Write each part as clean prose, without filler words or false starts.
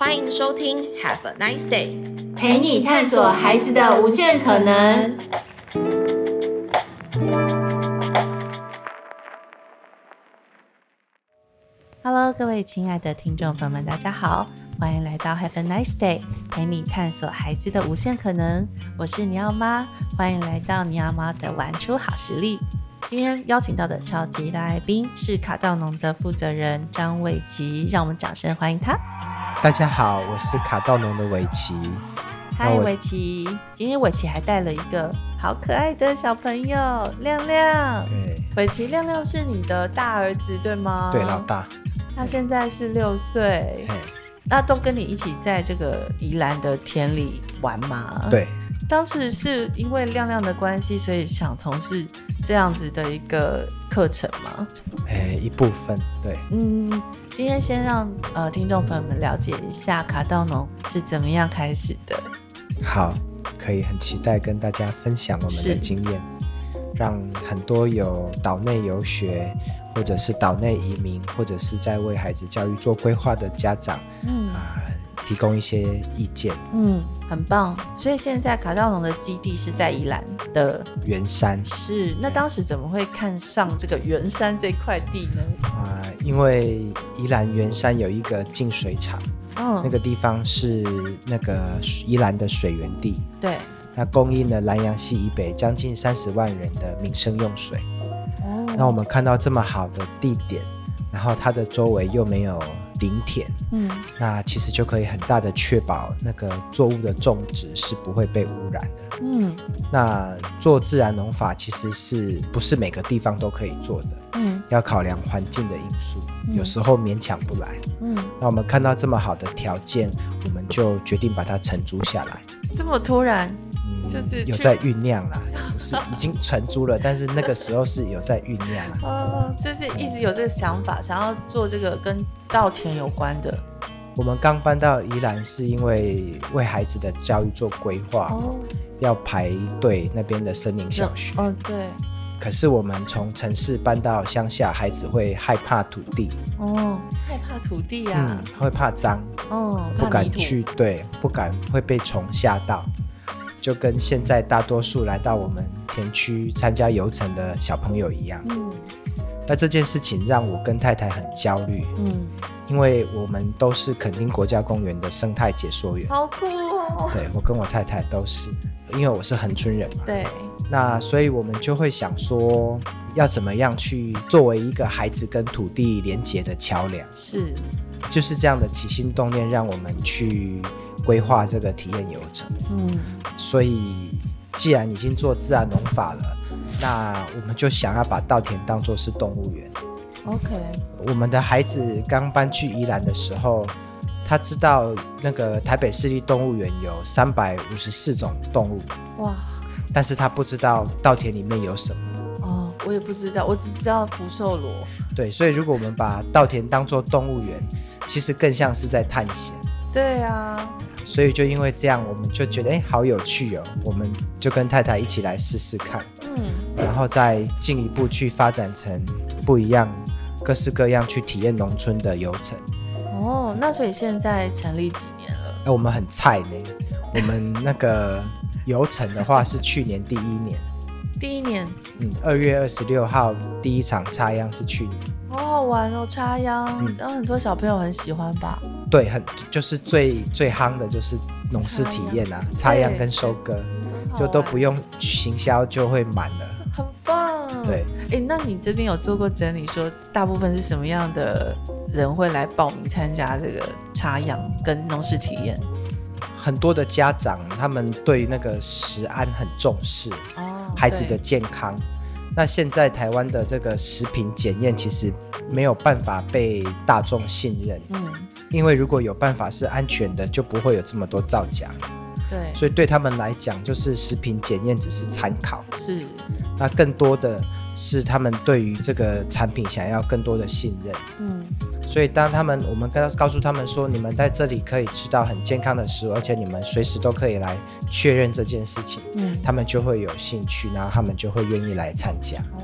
欢迎收听 Have a nice day， 陪你探索孩子的无限可能。 Hello， 各位亲爱的听众朋友们，大家好，欢迎来到 Have a nice day， 陪你探索孩子的无限可能。我是尼奥妈，欢迎来到尼奥妈的玩出好实力。今天邀请到的超级来宾是卡道农的负责人张伟琪，让我们掌声欢迎他。 大家好，我是卡道农的伟琪。 嗨，伟琪，今天伟琪还带了一个好可爱的小朋友亮亮。 对， 伟琪，亮亮是你的大儿子对吗？ 对，老大。 他现在是6岁，那都跟你一起在这个宜兰的田里玩吗？ 对。 当时是因为亮亮的关系，所以想从事这样子的一个课程吗？ 一部分，对。 今天先让听众朋友们了解一下卡道农是怎么样开始的。 好，可以很期待跟大家分享我们的经验，让很多有岛内游学或者是岛内移民或者是在为孩子教育做规划的家长提供一些意见。 很棒。所以现在卡道农的基地是在宜兰的圆山。 是，那当时怎么会看上这个圆山这块地呢？ 因为宜兰圆山有一个净水厂，那个地方是那个宜兰的水源地。对，那供应了兰阳溪以北将近30万人的民生用水。那我们看到这么好的地点，然后它的周围又没有林田，那其实就可以很大的确保那个作物的种植是不会被污染的。那做自然农法其实是不是每个地方都可以做的，要考量环境的因素，有时候勉强不来。那我们看到这么好的条件，我们就决定把它承租下来。 这么突然？就是有在酝酿啦，不是已经承租了，但是那个时候是有在酝酿啦。 就是一直有这个想法，想要做这个跟稻田有关的。 我们刚搬到宜兰是因为为孩子的教育做规划，要排队那边的森林小学。 对。 可是我们从城市搬到乡下，孩子会害怕土地。 害怕土地啊。 会怕脏。不敢去，对，不敢会被虫吓到。就跟现在大多数来到我们田区参加游程的小朋友一样。那这件事情让我跟太太很焦虑。因为我们都是垦丁国家公园的生态解说员。 好酷哦。对， 我跟我太太都是，因为我是恒春人嘛。 对。 那所以我们就会想说，要怎么样去作为一个孩子跟土地连结的桥梁。就是这样的起心动念，让我们去规划这个体验游程。所以既然已经做自然农法了，那我们就想要把稻田当作是动物园。我们的孩子刚搬去宜兰的时候，他知道那个台北市立动物园有354种动物。哇！但是他不知道稻田里面有什么。 我也不知道，我只知道福寿螺。对， 所以如果我们把稻田当作动物园，其实更像是在探险。 对啊。 所以就因为这样，我们就觉得好有趣哦，我们就跟太太一起来试试看。然后再进一步去发展成不一样各式各样去体验农村的游程。 那所以现在成立几年了？ 我们很菜呢。我们那个游程的话是去年第1年。 第1年 ？2月26号第一场插秧是去年。 好好玩哦，插秧，然后很多小朋友很喜欢吧？ 对，就是最夯的就是农事体验啊，插秧跟收割，就都不用行销就会满了， 很棒。对，那你这边有做过整理，说大部分是什么样的人会来报名参加这个插秧跟农事体验？ 很多的家长他们对那个食安很重视，孩子的健康。那现在台湾的这个食品检验其实没有办法被大众信任。因为如果有办法是安全的，就不会有这么多造假。对，所以对他们来讲，就是食品检验只是参考。那更多的是他们对于这个产品想要更多的信任。所以当我们告诉他们说，你们在这里可以吃到很健康的食物，而且你们随时都可以来确认这件事情，他们就会有兴趣，然后他们就会愿意来参加。 那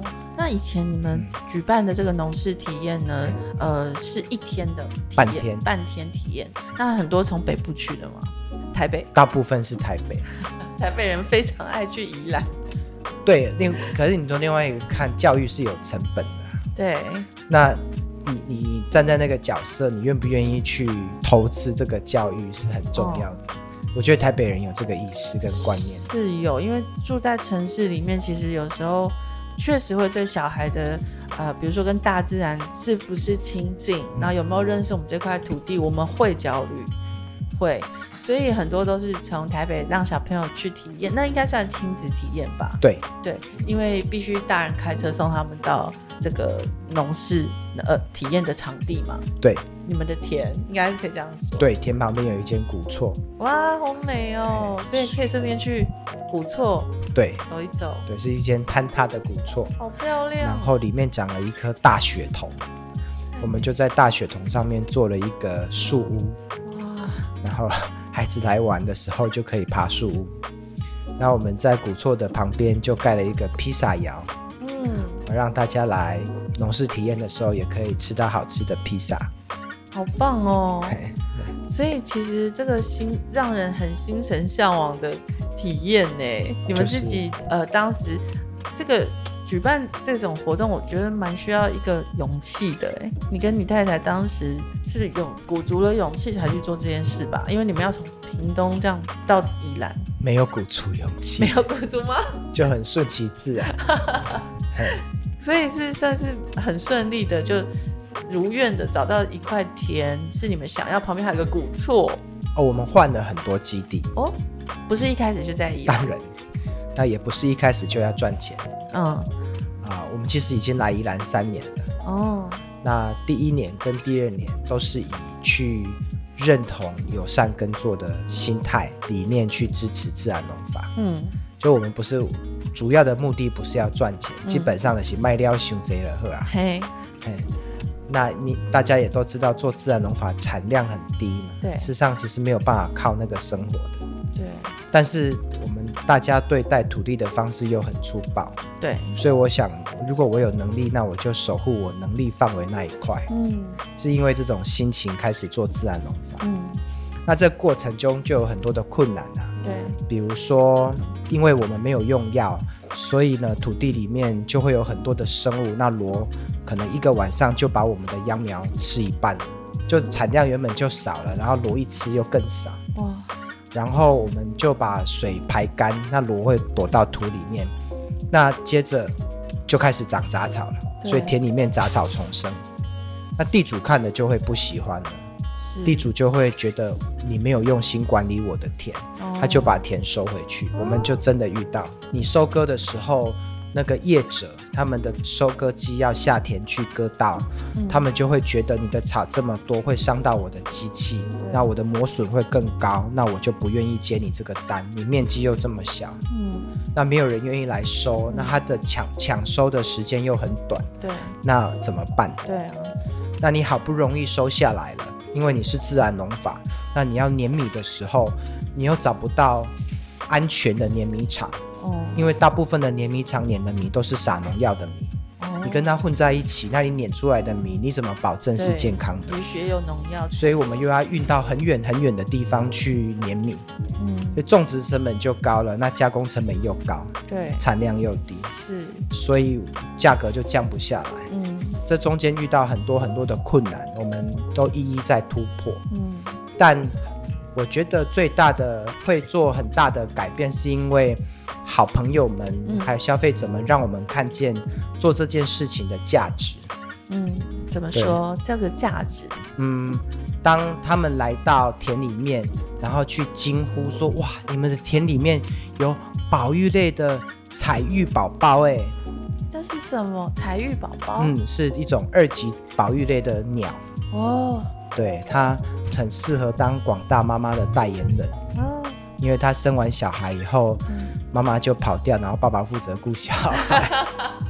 那以前你们举办的这个农事体验呢，是1天的体验，半天体验。那很多从北部去的吗？台北？ 大部分是台北。 台北人非常爱去宜兰。 对，可是你从另外一个看，教育是有成本的。 对。那你站在那个角色，你愿不愿意去投资这个教育是很重要的。我觉得台北人有这个意识跟观念。 是有，因为住在城市里面，其实有时候确实会对小孩的比如说跟大自然是不是亲近，然后有没有认识我们这块土地，我们会焦虑，会，所以很多都是从台北让小朋友去体验，那应该算亲子体验吧？ 对， 因为必须大人开车送他们到这个农事体验的场地嘛。 对， 你们的田应该可以这样说。 对，田旁边有一间古厝。 哇，好美哦！所以可以顺便去古厝对走一走。对， 是一间坍塌的古厝， 好漂亮。 然后里面长了一颗大雪桐，我们就在大雪桐上面做了一个树屋。哇！然后孩子来玩的时候就可以爬树屋。那我们在古厝的旁边就盖了一个披萨窑。让大家来农事体验的时候也可以吃到好吃的披萨。 好棒哦！所以其实这个让人很心神向往的体验呢，你们自己当时这个举办这种活动，我觉得蛮需要一个勇气的。你跟你太太当时是鼓足了勇气才去做这件事吧？因为你们要从屏东这样到宜兰， 没有鼓足勇气。 没有鼓足吗？ 就很顺其自然。 所以是算是很顺利的，就如愿的找到一块田是你们想要，旁边还有个古厝。 我们换了很多基地。 不是一开始就在宜兰。 当然，那也不是一开始就要赚钱。我们其实已经来宜兰3年了。那第1年跟第2年都是以去认同友善耕作的心态理念去支持自然农法。就我们不是主要的目的不是要赚钱，基本上的是卖料伤济了好啊。那大家也都知道做自然农法产量很低嘛。对，事实上其实没有办法靠那个生活的。对，但是我们大家对待土地的方式又很粗暴。对，所以我想如果我有能力，那我就守护我能力范围那一块。是因为这种心情开始做自然农法。那这过程中就有很多的困难啊。对，比如说因为我们没有用药，所以呢土地里面就会有很多的生物，那螺可能1个晚上就把我们的秧苗吃一半了，就产量原本就少了，然后螺一吃又更少。哇！然后我们就把水排干，那螺会躲到土里面，那接着就开始长杂草了，所以田里面杂草丛生，那地主看了就会不喜欢了。地主就会觉得你没有用心管理我的田，他就把田收回去。我们就真的遇到你收割的时候，那个业者他们的收割机要下田去割稻，他们就会觉得你的草这么多会伤到我的机器，那我的磨损会更高，那我就不愿意接你这个单，你面积又这么小。那没有人愿意来收，那他的抢收的时间又很短。对，那怎么办？对啊，那你好不容易收下来了，因为你是自然农法，那你要碾米的时候，你又找不到安全的碾米厂。因为大部分的碾米厂碾的米都是撒农药的米。你跟它混在一起，那你碾出来的米你怎么保证是健康的？ 也有农药， 所以我们又要运到很远很远的地方去碾米。所以种植成本就高了，那加工成本又高，对，产量又低，是，所以价格就降不下来。这中间遇到很多很多的困难，我们都一一在突破。但我觉得最大的会做很大的改变，是因为好朋友们还有消费者们让我们看见做这件事情的价值。 怎么说这个价值？ 当他们来到田里面，然后去惊呼说：“哇，你们的田里面有保育类的彩玉宝宝哎！” 那是什么？彩玉宝宝？ 是一种2级保育类的鸟。对，它很适合当广大妈妈的代言人。因为他生完小孩以后，妈妈就跑掉，然后爸爸负责顾小孩。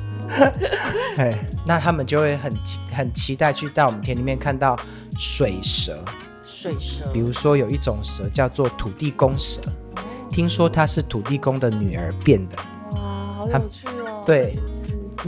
那他们就会很期待去到我们田里面看到水蛇。比如说有一种蛇叫做土地公蛇，听说它是土地公的女儿变的。 哇，好有趣哦。 对，那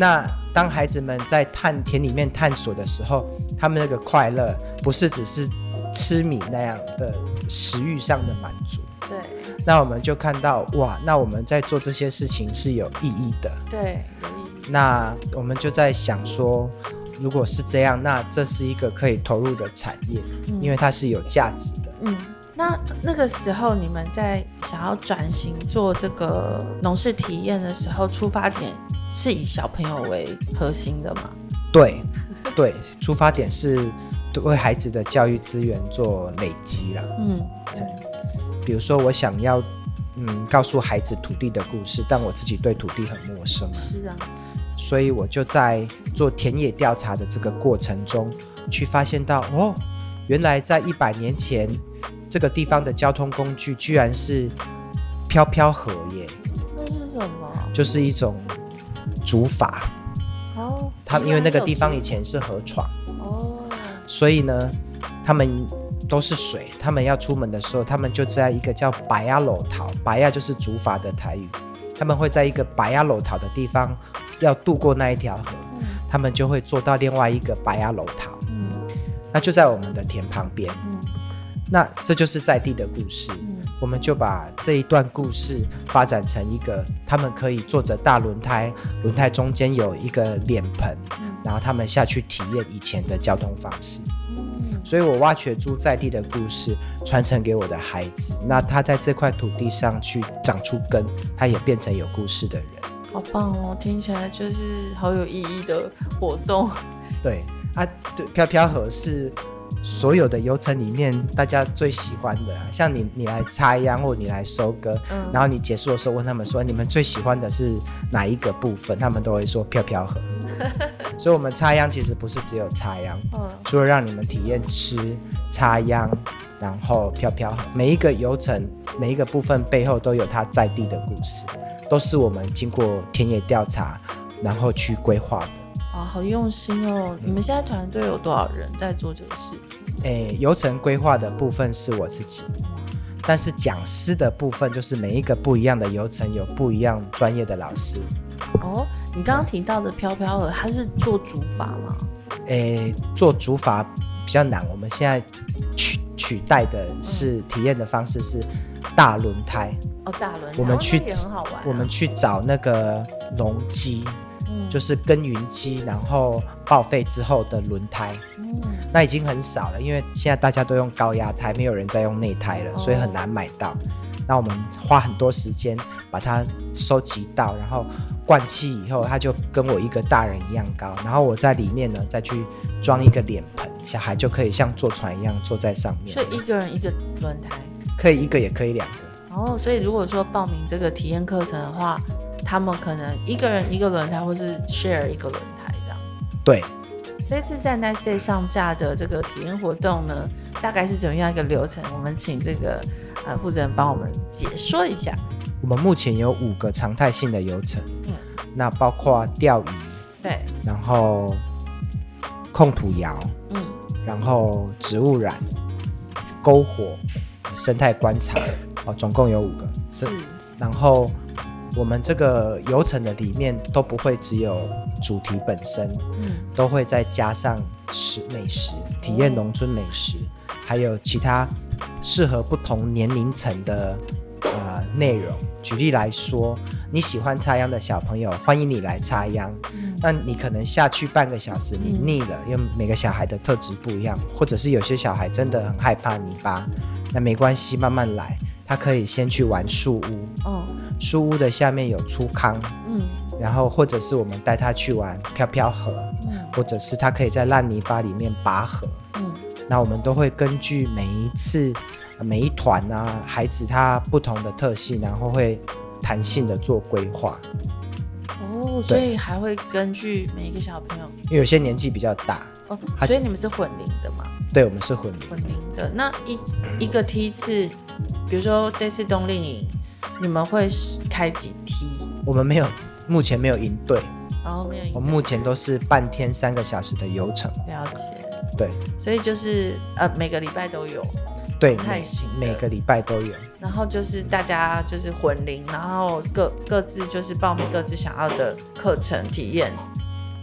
当孩子们在田里面探索的时候，他们那个快乐不是只是吃米那样的食欲上的满足。 对， 那我们就看到哇，那我们在做这些事情是有意义的。 对，有意义。 那我们就在想说，如果是这样，那这是一个可以投入的产业，因为它是有价值的。 那个时候你们在想要转型做这个农事体验的时候，出发点是以小朋友为核心的吗？ 对，出发点是为孩子的教育资源做累积啦。比如说我想要告诉孩子土地的故事，但我自己对土地很陌生。 是啊， 所以我就在做田野调查的这个过程中，去发现到原来在100年前，这个地方的交通工具居然是漂漂河耶。 那是什么？ 就是一种竹筏。因为那个地方以前是河床。所以呢，他们都是水，他们要出门的时候，他们就在一个叫白亚楼桃，白亚就是竹筏的台语，他们会在一个白亚楼桃的地方要渡过那一条河，他们就会坐到另外一个白亚楼桃，那就在我们的田旁边。那这就是在地的故事。我们就把这一段故事发展成一个他们可以坐着大轮胎，轮胎中间有一个脸盆，然后他们下去体验以前的交通方式。所以我挖掘出在地的故事，传承给我的孩子，那他在这块土地上去长出根，他也变成有故事的人。 好棒哦，听起来就是好有意义的活动。 对，漂漂河是所有的游程里面大家最喜欢的像你来插秧或你来收割，然后你结束的时候问他们说你们最喜欢的是哪一个部分，他们都会说漂漂河。所以我们插秧其实不是只有插秧，除了让你们体验吃插秧，然后漂漂河，每一个游程每一个部分背后都有它在地的故事，都是我们经过田野调查然后去规划的。 好用心哦！你们现在团队有多少人在做这个事？ 游程规划的部分是我自己，但是讲师的部分就是每一个不一样的游程有不一样专业的老师。 你刚刚提到的漂漂河，它是做竹筏吗？ 做竹筏比较难，我们现在取代的是体验的方式是大轮胎。大轮胎， 我们去也很好玩。 我们去找那个农机。就是耕耘机，然后报废之后的轮胎，那已经很少了，因为现在大家都用高压胎，没有人在用内胎了，所以很难买到。那我们花很多时间把它收集到，然后灌气以后，它就跟我一个大人一样高，然后我在里面呢再去装一个脸盆，小孩就可以像坐船一样坐在上面。 所以一个人一个轮胎？ 可以一个也可以2个。 所以如果说报名这个体验课程的话，他们可能一个人一个轮胎，或是 share 一个轮胎这样。 对， 这次在 Nice Day 上架的这个体验活动呢，大概是怎么样一个流程？我们请这个负责人帮我们解说一下。 我们目前有5个常态性的游程，那包括钓鱼， 对，然后控土窑，然后植物染、篝火、生态观察，总共有5个。 是， 然后我们这个游程的里面都不会只有主题本身，都会再加上美食，体验农村美食，还有其他适合不同年龄层的内容。举例来说，你喜欢插秧的小朋友，欢迎你来插秧。那你可能下去半个小时你腻了，因为每个小孩的特质不一样，或者是有些小孩真的很害怕泥巴，那没关系，慢慢来。他可以先去玩树屋，树屋的下面有粗糠，然后或者是我们带他去玩漂漂河，或者是他可以在烂泥巴里面拔河，那我们都会根据每一次每一团孩子他不同的特性，然后会弹性的做规划。 所以还会根据每一个小朋友， 因为有些年纪比较大， 所以你们是混龄的吗？ 对，我们是混龄的。那一个梯次，比如说这次冬令营，你们会开几梯？ 我们目前没有营队， 没有营队， 我们目前都是半天3个小时的游程。 了解。 对， 所以就是每个礼拜都有。 对，每个礼拜都有。 然后就是大家就是混龄，然后各自就是报名各自想要的课程体验。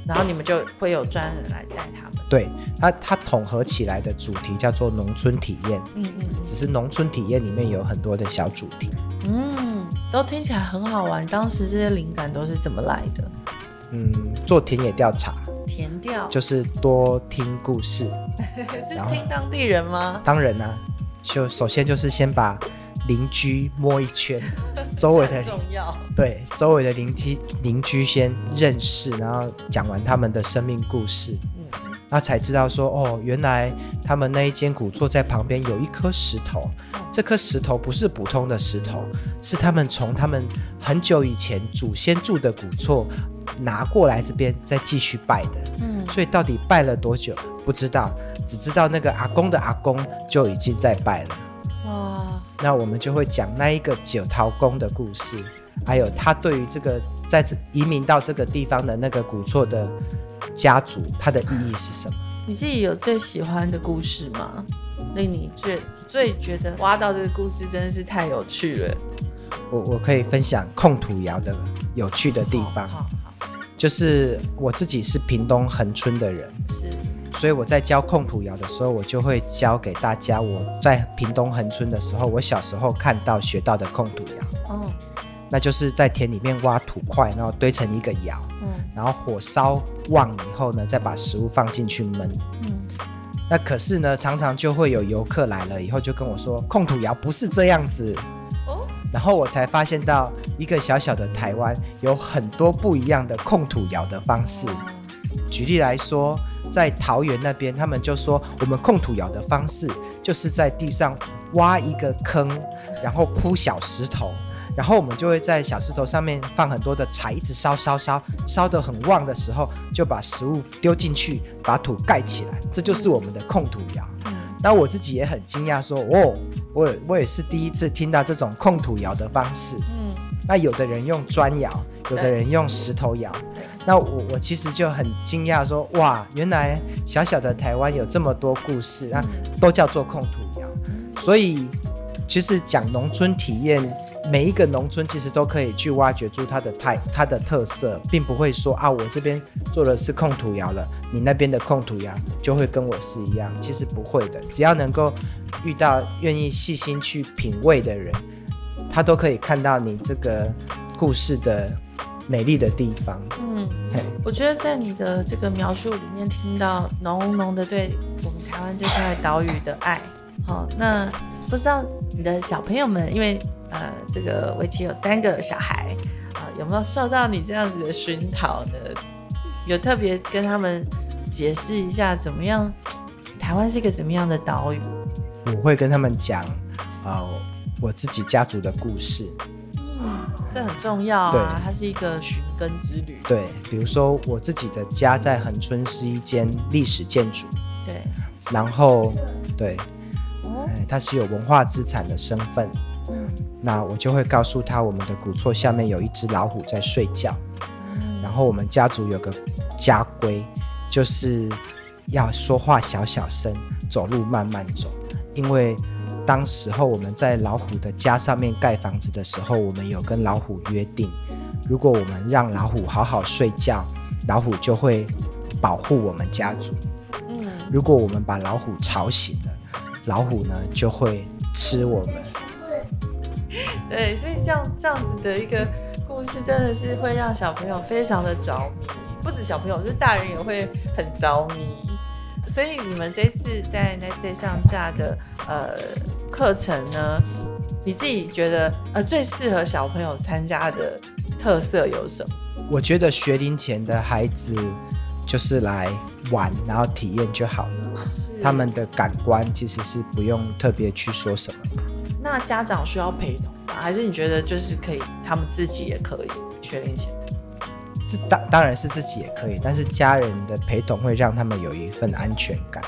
然后你们就会有专人来带他们。 对，它统合起来的主题叫做农村体验。只是农村体验里面有很多的小主题。 都听起来很好玩。当时这些灵感都是怎么来的？ 做田野调查。 田调就是多听故事。 是听当地人吗？ 当然啊，就首先就是先把邻居摸一圈，周围的重要。 对，周围的邻居先认识，然后讲完他们的生命故事，然后才知道说，原来他们那一间古厝在旁边有一颗石头，这颗石头不是普通的石头，是他们从他们很久以前祖先住的古厝拿过来这边再继续拜的。所以到底拜了多久不知道，只知道那个阿公的阿公就已经在拜了。哇！那我们就会讲那一个九桃公的故事，还有他对于这个在移民到这个地方的那个古厝的家族，它的意义是什么？ 你自己有最喜欢的故事吗？令你最觉得挖到这个故事真的是太有趣了。 我可以分享控土窑的有趣的地方。好，就是我自己是屏东恒春的人，所以我在教控土窑的时候，我就会教给大家我在屏东恒春的时候，我小时候看到学到的控土窑。那就是在田里面挖土块，然后堆成一个窑，然后火烧旺以后呢，再把食物放进去焖。那可是呢，常常就会有游客来了以后就跟我说，控土窑不是这样子。然后我才发现到一个小小的台湾有很多不一样的控土窑的方式。举例来说，在桃园那边他们就说，我们控土窑的方式就是在地上挖一个坑，然后铺小石头，然后我们就会在小石头上面放很多的柴，一直烧得很旺的时候，就把食物丢进去，把土盖起来，这就是我们的控土窑。那我自己也很惊讶说，我也是第一次听到这种控土窑的方式。那有的人用砖窑，有的人用石头窑。那我其实就很惊讶说，哇，原来小小的台湾有这么多故事，那都叫做控土窑。所以其实讲农村体验，每一个农村其实都可以去挖掘出它的特色，并不会说我这边做的是控土窑了，你那边的控土窑就会跟我是一样。其实不会的，只要能够遇到愿意细心去品味的人，他都可以看到你这个故事的美丽的地方。我觉得在你的这个描述里面听到浓的对我们台湾这块岛屿的爱。那不知道你的小朋友们，因为这个围棋有3个小孩，有没有受到你这样子的熏陶呢？有特别跟他们解释一下怎么样台湾是一个怎么样的岛屿？我会跟他们讲我自己家族的故事。这很重要啊，它是一个寻根之旅。对，比如说我自己的家在恒春是一间历史建筑。对，然后对，它是有文化资产的身份。那我就会告诉他，我们的古厝下面有一只老虎在睡觉。然后我们家族有个家规，就是要说话小小声，走路慢慢走。因为当时候我们在老虎的家上面盖房子的时候，我们有跟老虎约定，如果我们让老虎好好睡觉，老虎就会保护我们家族。如果我们把老虎吵醒了，老虎呢就会吃我们。对，所以像这样子的一个故事，真的是会让小朋友非常的着迷，不止小朋友，就是大人也会很着迷。所以你们这次在 Nice Day 上架的课程呢，你自己觉得最适合小朋友参加的特色有什么？我觉得学龄前的孩子就是来玩，然后体验就好了。他们的感官其实是不用特别去说什么的。那家长需要陪同吗？还是你觉得就是可以，他们自己也可以学龄前？当然是自己也可以，但是家人的陪同会让他们有一份安全感。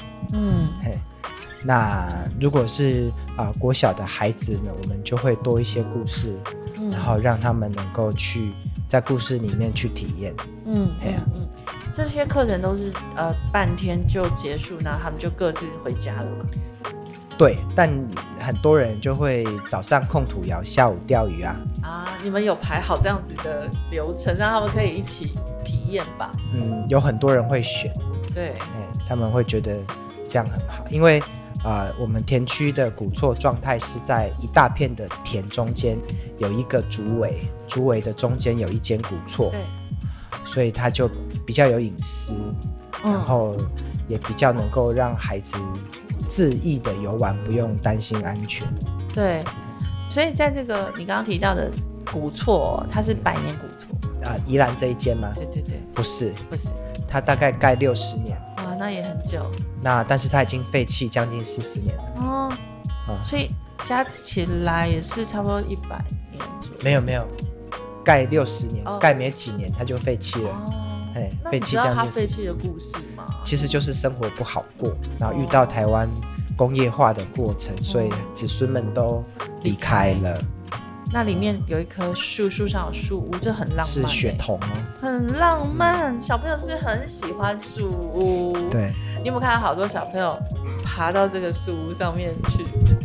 那如果是国小的孩子呢，我们就会多一些故事，然后让他们能够去在故事里面去体验。这些课程都是半天就结束，那他们就各自回家了吗？对，但很多人就会早上控土窑，下午钓鱼啊。你们有排好这样子的流程，让他们可以一起体验吧。 有很多人会选， 对， 他们会觉得这样很好，因为我们田区的古厝状态是在一大片的田中间有一个竹围的中间有一间古厝，对，所以它就比较有隐私，然后也比较能够让孩子恣意的游玩，不用担心安全。对， 所以在这个你刚刚提到的古厝，它是100年古厝宜兰这一间吗？ 对对对， 不是，它大概盖60年。 哇，那也很久。 但是它已经废弃将近40年了。 所以加起来也是差不多100年左右。 没有，盖60年，盖没几年它就废弃了。 那你知道它废弃的故事吗？ 其实就是生活不好过，然后遇到台湾工业化的过程，所以子孙们都离开了。 那里面有一棵树，树上有树屋，这很浪漫， 是雪桐很浪漫。小朋友是不是很喜欢树屋？ 对， 你有没有看到好多小朋友爬到这个树屋上面去？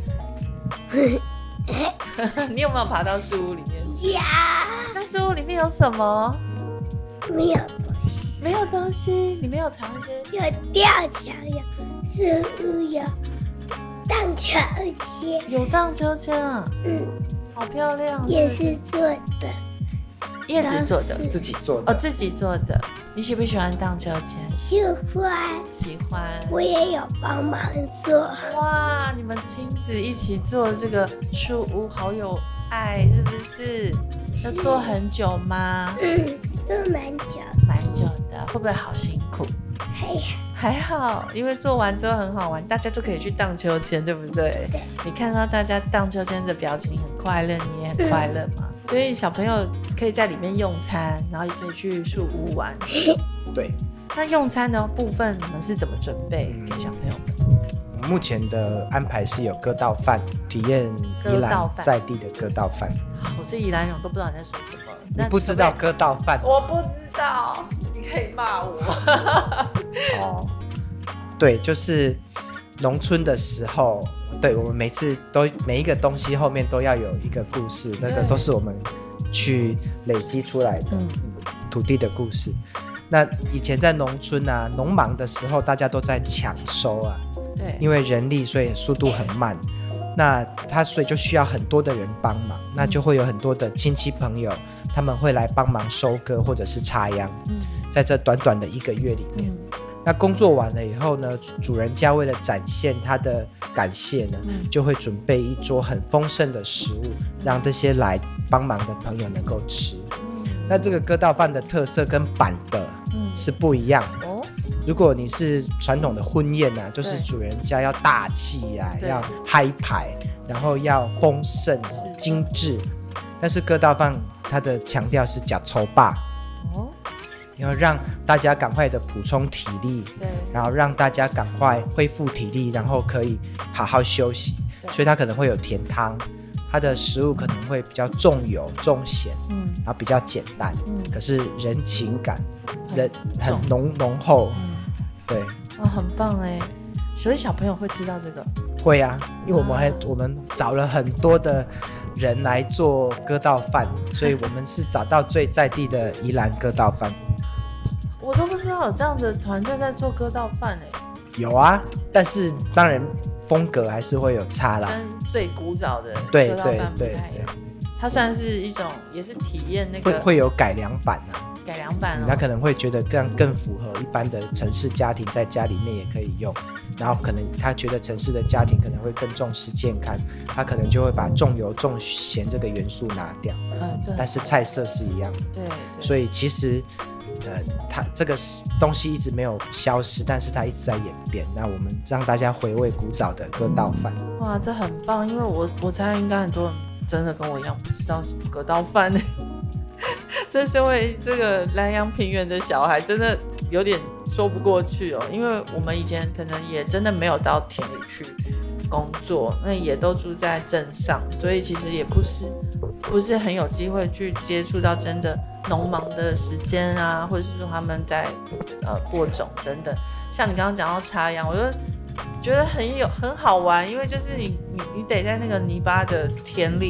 你有没有爬到树屋里面去？那树屋里面有什么？ 没有东西。 没有东西？你没有藏一些？ 有吊桥，有树屋，有荡秋千。 有荡秋千啊？好漂亮！ 也是做的， 叶子做的， 自己做的自己做的。你喜不喜欢荡秋千？ 喜欢。我也有帮忙做。 哇，你们亲子一起做这个树屋，好有爱，是不是？要做很久吗？ 做蛮久的。会不会好辛苦？ 还好，因为做完之后很好玩，大家就可以去荡秋千，对不对？ 对。 你看到大家荡秋千的表情很快乐，你也很快乐嘛。所以小朋友可以在里面用餐，然后也可以去树屋玩。 对。 那用餐的部分你们是怎么准备给小朋友们？ 目前的安排是有割稻饭，体验宜兰在地的割稻饭。 我是宜兰人，我都不知道你在说什么。 你不知道割稻饭？ 我不知道，你可以骂我。 对，就是农村的时候，对，我们每一个东西后面都要有一个故事，那个都是我们去累积出来的土地的故事。那以前在农村啊，农忙的时候，大家都在抢收啊，对，因为人力，所以速度很慢。那所以就需要很多的人帮忙，那就会有很多的亲戚朋友，他们会来帮忙收割或者是插秧。在这短短的1个月里面，那工作完了以后呢，主人家为了展现他的感谢呢，就会准备一桌很丰盛的食物，让这些来帮忙的朋友能够吃。那这个割稻饭的特色跟板的是不一样的。如果你是传统的婚宴啊，就是主人家要大气啊，要嗨牌，然后要丰盛精致。但是割稻饭它的强调是吃粗饱，要让大家赶快的补充体力，然后让大家赶快恢复体力，然后可以好好休息。所以它可能会有甜汤，它的食物可能会比较重油重咸，然后比较简单，可是人情感很浓厚。对， 很棒哎！所以小朋友会吃到这个？ 会啊，因为我们找了很多的人来做割稻饭，所以我们是找到最在地的宜兰割稻饭。 我都不知道有这样的团队在做割稻饭哎。 有啊，但是当然风格还是会有差啦， 跟最古早的割稻饭不太一样。它算是一种，也是体验那个会有改良版啊。 改良版他可能会觉得更符合一般的城市家庭，在家里面也可以用。然后可能他觉得城市的家庭可能会更重视健康，他可能就会把重油重咸这个元素拿掉。但是菜色是一样的。对。所以其实它这个东西一直没有消失，但是它一直在演变。那我们让大家回味古早的割稻饭。 哇，这很棒！因为我猜应该很多人真的跟我一样不知道什么割稻饭呢。这身为这个南洋平原的小孩，真的有点说不过去哦。因为我们以前可能也真的没有到田里去工作，那也都住在镇上，所以其实也不是很有机会去接触到真的农忙的时间啊，或者是说他们在播种等等。像你刚刚讲到插秧，我就觉得很好玩，因为就是你得在那个泥巴的田里，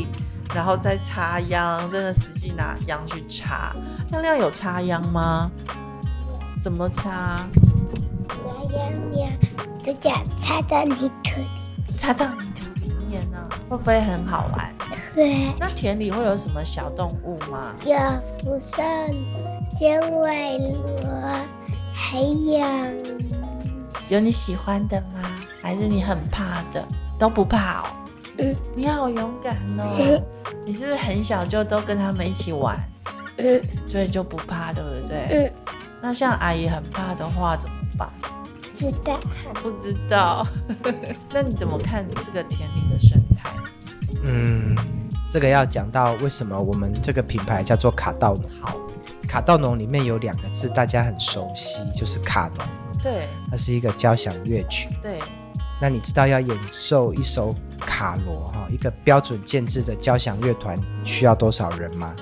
然后再插秧，真的实际拿秧去插。亮亮有插秧吗？怎么插？ 拿秧指甲插到泥土里， 插到泥土里面呢，会不会很好玩？ 对。 那田里会有什么小动物吗？ 有福寿尖尾螺，还有你喜欢的吗？还是你很怕的？都不怕哦。你好勇敢哦。你是不是很小就都跟他们一起玩？所以就不怕，对不对？那像阿姨很怕的话怎么办？不知道。那你怎么看这个田里的生态？ 这个要讲到为什么我们这个品牌叫做卡道农。好，卡道农里面有2个字大家很熟悉，就是卡农。 对， 它是一个交响乐曲。 对， 那你知道要演奏一首卡罗一个标准建制的交响乐团需要多少人吗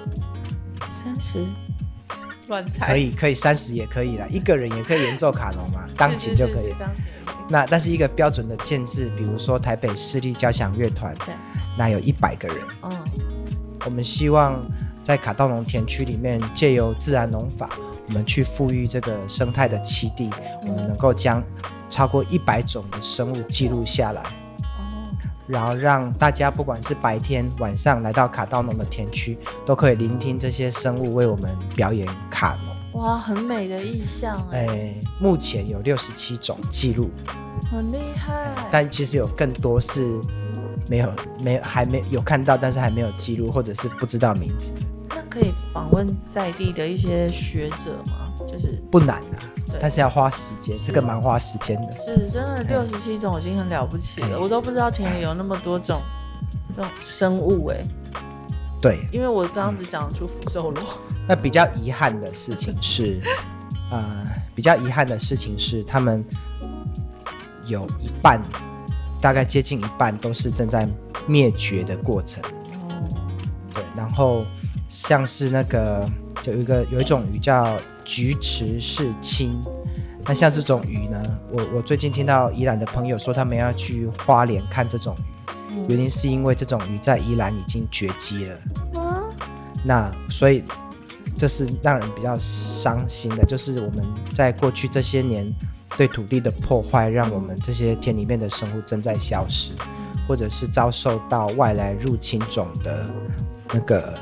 ？30，乱猜。 可以30也可以啦，一个人也可以演奏卡农嘛，钢琴就可以。那但是一个标准的建制，比如说台北市立交响乐团，那有100个人。我们希望在卡道农田区里面，借由自然农法，我们去富裕这个生态的栖地，我们能够将超过100种的生物记录下来，然后让大家不管是白天晚上来到卡道农的田区，都可以聆听这些生物为我们表演卡农。 哇，很美的意象目前有67种记录， 很厉害。 但其实有更多是还没有看到，但是还没有记录，或者是不知道名字。 那可以访问在地的一些学者吗？就是不难啊，但是要花时间，这个蛮花时间的。 是真的，67种已经很了不起了，我都不知道田里有那么多种这种生物对， 因为我刚刚只讲出福寿螺。 那比较遗憾的事情是，他们有一半，大概接近一半都是正在灭绝的过程。对，然后像是那个有一种鱼叫菊池氏青，那像这种鱼呢，我最近听到宜兰的朋友说他们要去花莲看这种鱼，原因是因为这种鱼在宜兰已经绝迹了。那所以这是让人比较伤心的，就是我们在过去这些年对土地的破坏，让我们这些田里面的生物正在消失，或者是遭受到外来入侵种的那个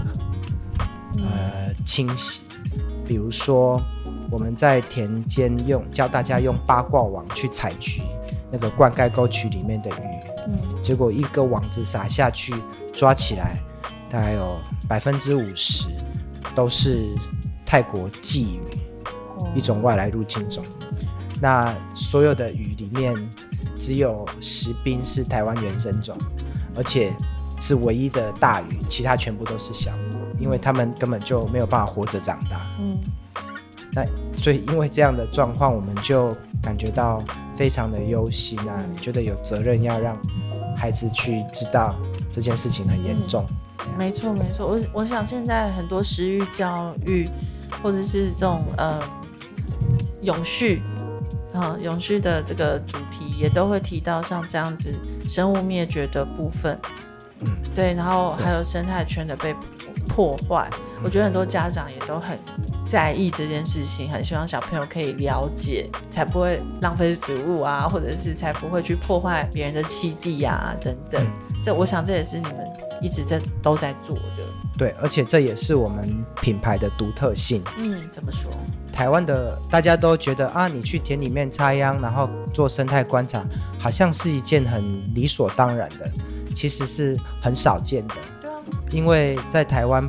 侵袭。比如说我们在田间教大家用八卦网去采集那个灌溉沟渠里面的鱼，结果一个网子撒下去，抓起来大概有50%都是泰国鲫鱼，一种外来入侵种。那所有的鱼里面只有石滨是台湾原生种，而且是唯一的大鱼，其他全部都是小鱼，因为他们根本就没有办法活着长大。那所以因为这样的状况，我们就感觉到非常的忧心啊，觉得有责任要让孩子去知道这件事情很严重。 没错没错，我想现在很多食育教育或者是这种永续的这个主题，也都会提到像这样子生物灭绝的部分。对，然后还有生态圈的被破坏，我觉得很多家长也都很在意这件事情，很希望小朋友可以了解，才不会浪费食物啊，或者是才不会去破坏别人的栖地啊等等。我想这也是你们一直都在做的。 对，而且这也是我们品牌的独特性。 怎么说？ 台湾的大家都觉得啊，你去田里面插秧，然后做生态观察，好像是一件很理所当然的，其实是很少见的。 对啊， 因为在台湾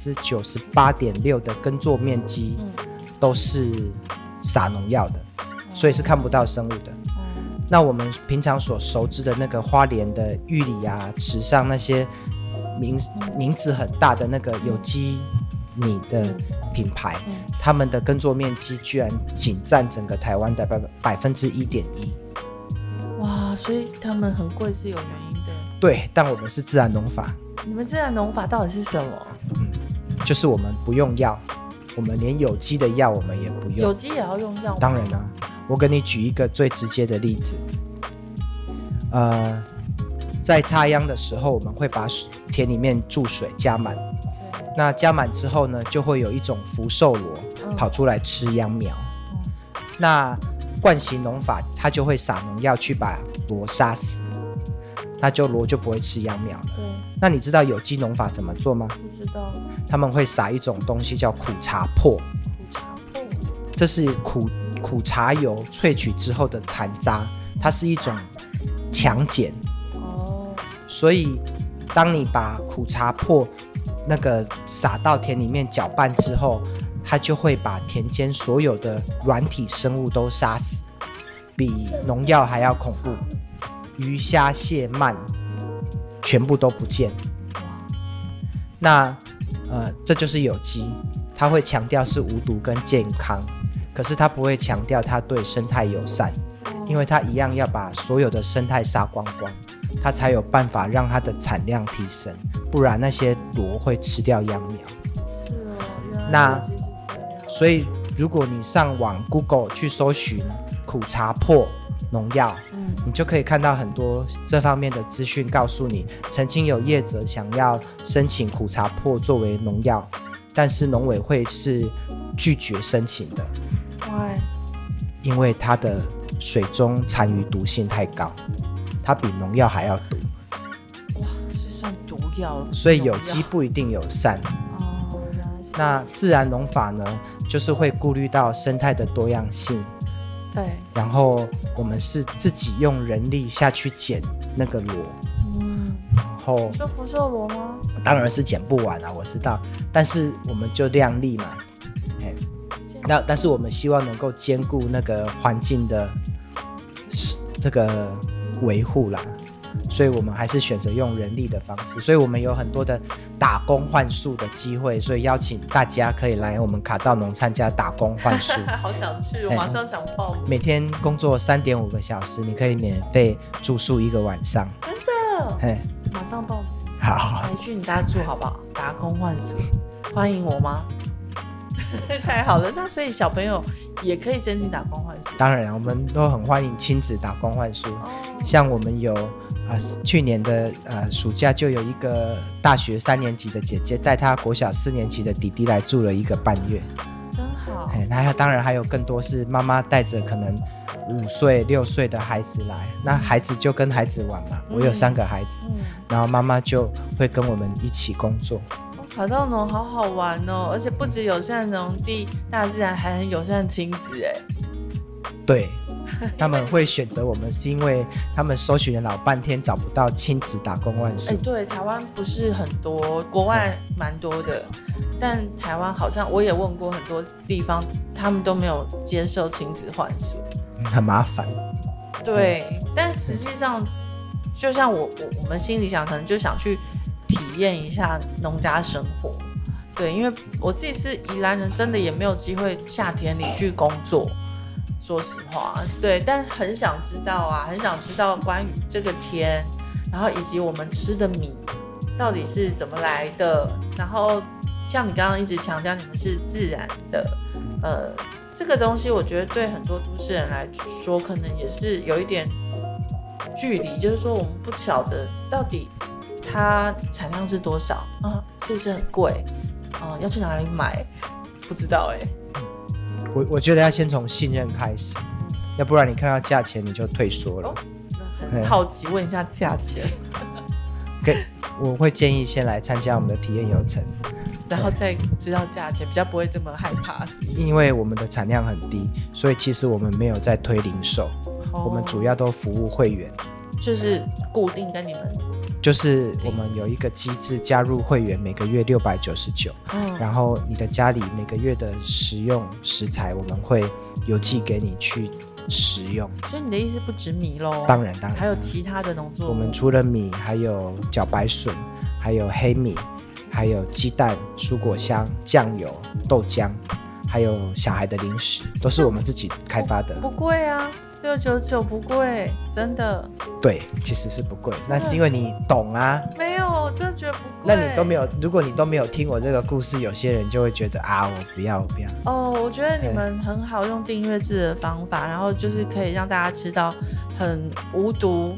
98.6%的耕作面积都是撒农药的，所以是看不到生物的。那我们平常所熟知的那个花莲的玉里啊、池上那些名字很大的那个有机米的品牌，他们的耕作面积居然仅占整个台湾的1.1%。 哇，所以他们很贵是有原因的。 对，但我们是自然农法。 你们自然农法到底是什么？ 就是我们不用药，我们连有机的药我们也不用。 有机也要用药吗？ 当然我给你举一个最直接的例子， 在插秧的时候，我们会把田里面注水加满，那加满之后呢，就会有一种福寿螺跑出来吃秧苗。那惯行农法，它就会撒农药去把螺杀死，那螺就不会吃秧苗了。对。那你知道有机农法怎么做吗？ 不知道。 他们会撒一种东西叫苦茶粕。苦茶粕，这是苦茶油萃取之后的残渣，它是一种强碱。所以当你把苦茶粕那个撒到田里面搅拌之后，它就会把田间所有的软体生物都杀死，比农药还要恐怖。鱼虾蟹鳗全部都不见。那这就是有机，它会强调是无毒跟健康，可是它不会强调它对生态友善，因为它一样要把所有的生态杀光光，它才有办法让它的产量提升，不然那些螺会吃掉秧苗。 是哦，原来那所以如果你上网 Google 去搜寻苦茶粕农药，你就可以看到很多这方面的资讯，告诉你曾经有业者想要申请苦茶粕作为农药，但是农委会是拒绝申请的。 Why？ 因为它的水中残余毒性太高，它比农药还要毒。 哇，是算毒药了。 所以有机不一定友善。 原来是。 那自然农法呢，就是会顾虑到生态的多样性。 对。 然后我们是自己用人力下去捡那个螺。然后你说福寿螺吗？ 当然是捡不完啊，我知道，但是我们就量力嘛。但是我们希望能够兼顾那个环境的这个维护啦，所以我们还是选择用人力的方式，所以我们有很多的打工换宿的机会，所以邀请大家可以来我们卡道农参加打工换宿。 好想去，我马上想报名。 每天工作3.5个小时，你可以免费住宿1个晚上。 真的？马上报名。 好， 来去你家住好不好？打工换宿，欢迎我吗？太好了，那所以小朋友也可以申请打工换宿。 当然我们都很欢迎亲子打工换宿。像我们有去年的暑假就有一个大学3年级的姐姐带她国小4年级的弟弟来住了1个半月， 真好。 那当然还有更多是妈妈带着可能5岁6岁的孩子来，那孩子就跟孩子玩嘛。我有3个孩子，然后妈妈就会跟我们一起工作。 卡道农好好玩哦，而且不只友善农地，大自然还很友善亲子哎。 对，他们会选择我们是因为他们搜寻了老半天找不到亲子打工换宿。 对，台湾不是很多，国外蛮多的，但台湾好像我也问过很多地方，他们都没有接受亲子换宿， 很麻烦。 对，但实际上就像我们心里想，可能就想去体验一下农家生活。对，因为我自己是宜兰人，真的也没有机会下田里去工作，说实话。对，但很想知道啊，很想知道关于这个田，然后以及我们吃的米到底是怎么来的。然后像你刚刚一直强调你们是自然的，这个东西我觉得对很多都市人来说可能也是有一点距离，就是说我们不晓得到底它产量是多少啊，是不是很贵啊？要去哪里买？不知道我觉得要先从信任开始，要不然你看到价钱你就退缩了。 很好奇，问一下价钱。 我会建议先来参加我们的体验游程， 然后再知道价钱，比较不会这么害怕，是不是？ 因为我们的产量很低，所以其实我们没有在推零售，我们主要都服务会员， 就是固定跟你们。 就是我们有一个机制，加入会员每个月699，然后你的家里每个月的食用食材我们会邮寄给你去食用。 所以你的意思不止米咯？ 当然还有其他的农作物。 我们除了米还有茭白笋，还有黑米，还有鸡蛋、蔬果香、酱油、豆浆，还有小孩的零食，都是我们自己开发的。 不贵啊，699不贵，真的。 对，其实是不贵，那是因为你懂啊。 没有，我真的觉得不贵。 那你都没有，如果你都没有听我这个故事，有些人就会觉得啊，我不要。 我觉得你们很好，用订阅制的方法，然后就是可以让大家吃到很无毒，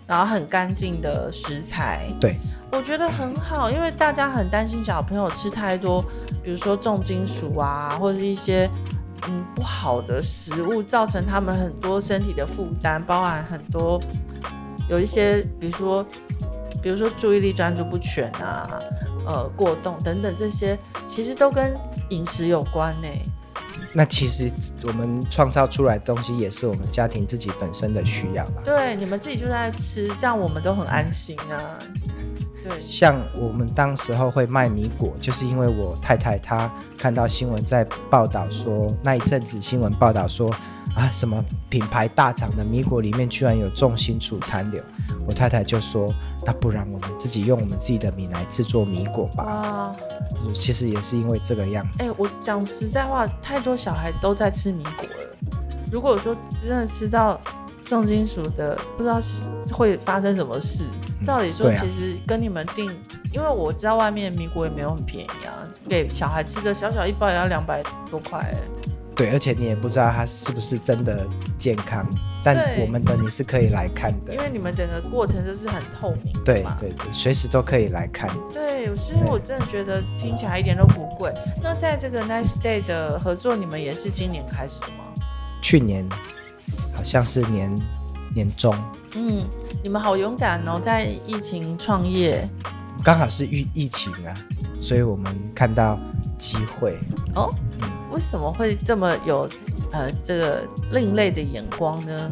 然后很干净的食材。 对， 我觉得很好，因为大家很担心小朋友吃太多，比如说重金属啊，或者是一些不好的食物，造成他们很多身体的负担，包含很多有一些，比如说注意力专注不全啊，过动等等，这些其实都跟饮食有关呢。 那其实我们创造出来的东西也是我们家庭自己本身的需要啦。 对，你们自己就在吃，这样我们都很安心啊。对， 像我们当时候会卖米果，就是因为我太太她看到新闻在报道说，那一阵子新闻报道说啊，什么品牌大厂的米果里面居然有重金属残留，我太太就说，那不然我们自己用我们自己的米来制作米果吧。其实也是因为这个样子。 我讲实在话，太多小孩都在吃米果了。如果说真的吃到重金属的，不知道会发生什么事。照理说，其实跟你们订，因为我知道外面的米果也没有很便宜啊，给小孩吃的小小一包也要200多块。 对，而且你也不知道它是不是真的健康，但我们的你是可以来看的， 因为你们整个过程就是很透明的对对对，随时都可以来看。 对，所以我真的觉得听起来一点都不贵。那在这个 Nice Day 的合作，你们也是今年开始的吗？ 去年好像是年中。 你们好勇敢哦，在疫情创业， 刚好是疫情啊，所以我们看到机会哦。为什么会这么有这个另类的眼光呢？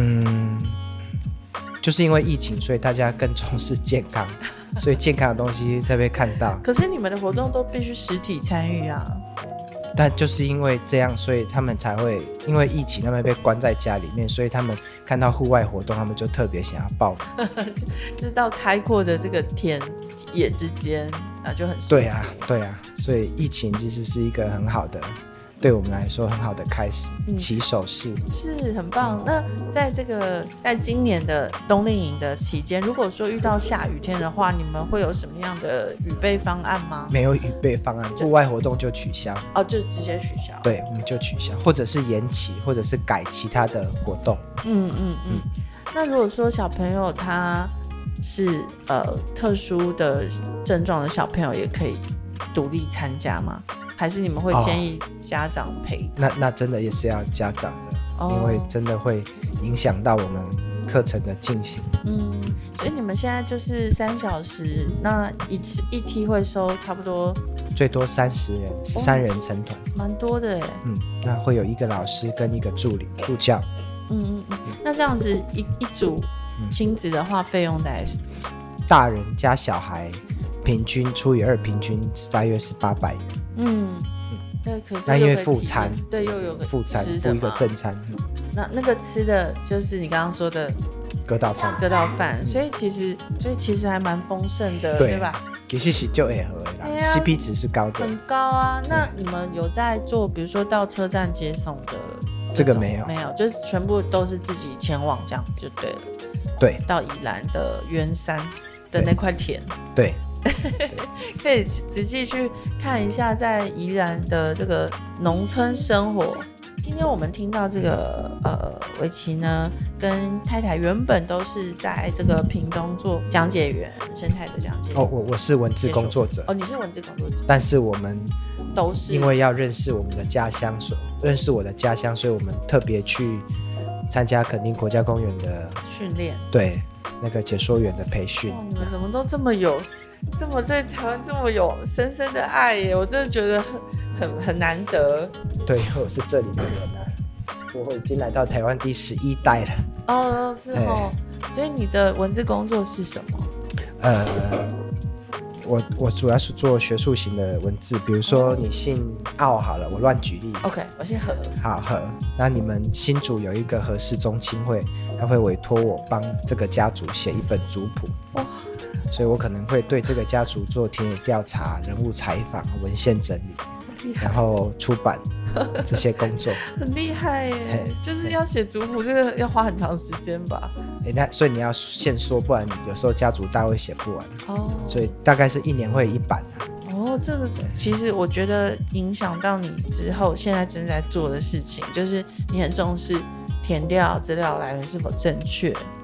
就是因为疫情，所以大家更重视健康，所以健康的东西才被看到。 可是你们的活动都必须实体参与啊。 但就是因为这样，所以他们才会因为疫情，他们被关在家里面，所以他们看到户外活动，他们就特别想要报名。 就是到开阔的这个田野之间啊，就很舒服。 对啊，对啊，所以疫情其实是一个很好的，对我们来说很好的开始，起手式是很棒。那在今年的冬令营的期间，如果说遇到下雨天的话，你们会有什么样的预备方案吗？ 没有预备方案，户外活动就取消。 就直接取消。 对，我们就取消，或者是延期，或者是改其他的活动。 那如果说小朋友他是特殊的症状的小朋友，也可以独立参加吗？还是你们会建议家长陪？ 那真的也是要家长的，因为真的会影响到我们课程的进行。 所以你们现在就是3小时，那一梯会收差不多最多30人，13人成团， 蛮多的耶。 那会有1个老师跟1个助教。 那这样子一组亲子的话，费用大概是大人加小孩平均除以2，平均大约是800元。 对，可是那因为副餐， 对，又有个副餐， 吃的附一个正餐。 那个吃的就是你刚刚说的割稻饭， 所以其实还蛮丰盛的，对吧？ 其实是就会合的啦，CP 值是高的， 很高啊。那你们有在做，比如说到车站接送的？ 这个没有， 就是全部都是自己前往，这样就对了。 对， 到宜兰的圆山的那块田， 对。 可以仔细去看一下在宜兰的这个农村生活。今天我们听到这个维琪呢跟太太原本都是在这个屏东做讲解员，生态的讲解员。 我是文字工作者。 你是文字工作者。 但是我们都是因为要认识我们的家乡，认识我的家乡，所以我们特别去参加垦丁国家公园的训练， 对，那个解说员的培训。 你们怎么都这么对台湾这么有深深的爱耶，我真的觉得很难得。对， 我是这里的人啊，我已经来到台湾第11代了。 是哦。所以你的文字工作是什么？ 我主要是做学术型的文字，比如说你姓奥好了，我乱举例。 OK， 我姓何。 好，何。那你们新竹有一个何氏宗亲会，他会委托我帮这个家族写一本族谱。哇。所以我可能会对这个家族做田野调查、人物采访、文献整理，然后出版这些工作。 很厉害耶！就是要写族谱，这个要花很长时间吧？ 所以你要现说，不然有时候家族大会写不完。所以大概是1年会1版啊。 这个其实我觉得影响到你之后现在正在做的事情，就是你很重视填调资料来源是否正确。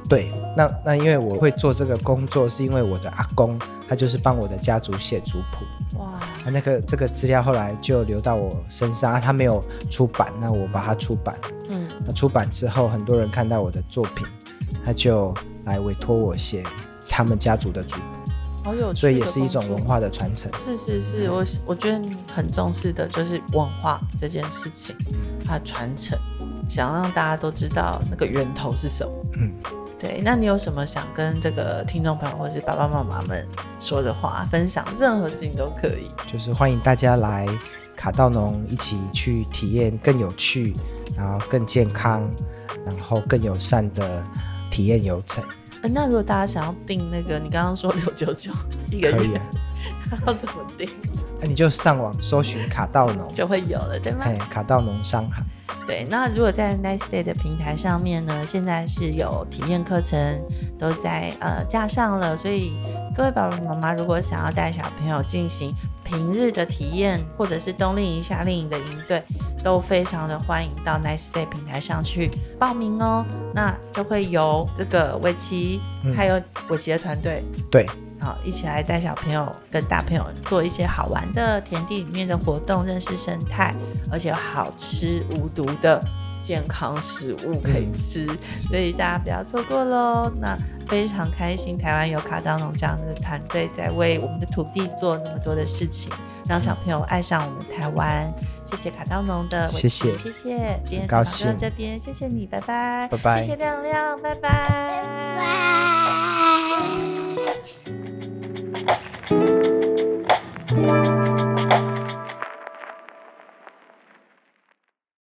对，那因为我会做这个工作，是因为我的阿公他就是帮我的家族写族谱。哇，这个资料后来就留到我身上，他没有出版，那我把它出版。那出版之后，很多人看到我的作品，他就来委托我写他们家族的族谱。 好有趣， 所以也是一种文化的传承。 是，我觉得你很重视的就是文化这件事情，它的传承，想让大家都知道那个源头是什么。对，那你有什么想跟这个听众朋友或是爸爸妈妈们说的话，分享任何事情都可以。 就是欢迎大家来卡道农一起去体验更有趣，然后更健康，然后更友善的体验游程。 那如果大家想要订那个，你刚刚说699一个月，可以要怎么订？ 你就上网搜寻卡道农就会有了，对吗？ 卡道农商行。 对，那如果在 Nice Day 的平台上面呢，现在是有体验课程都在架上了，所以各位爸爸妈妈如果想要带小朋友进行平日的体验，或者是冬令营、夏令营的营队，都非常的欢迎到 Nice Day 平台上去报名哦。那就会由这个围棋还有围棋的团队， 对， 好，一起来带小朋友跟大朋友做一些好玩的田地里面的活动，认识生态，而且好吃无毒的健康食物可以吃，所以大家不要错过咯。那非常开心，台湾有卡道农这样的团队在为我们的土地做那么多的事情，让小朋友爱上我们台湾。谢谢卡道农的， 谢谢。 今天采访到这边，谢谢你，拜拜， 拜拜， 谢谢亮亮，拜拜。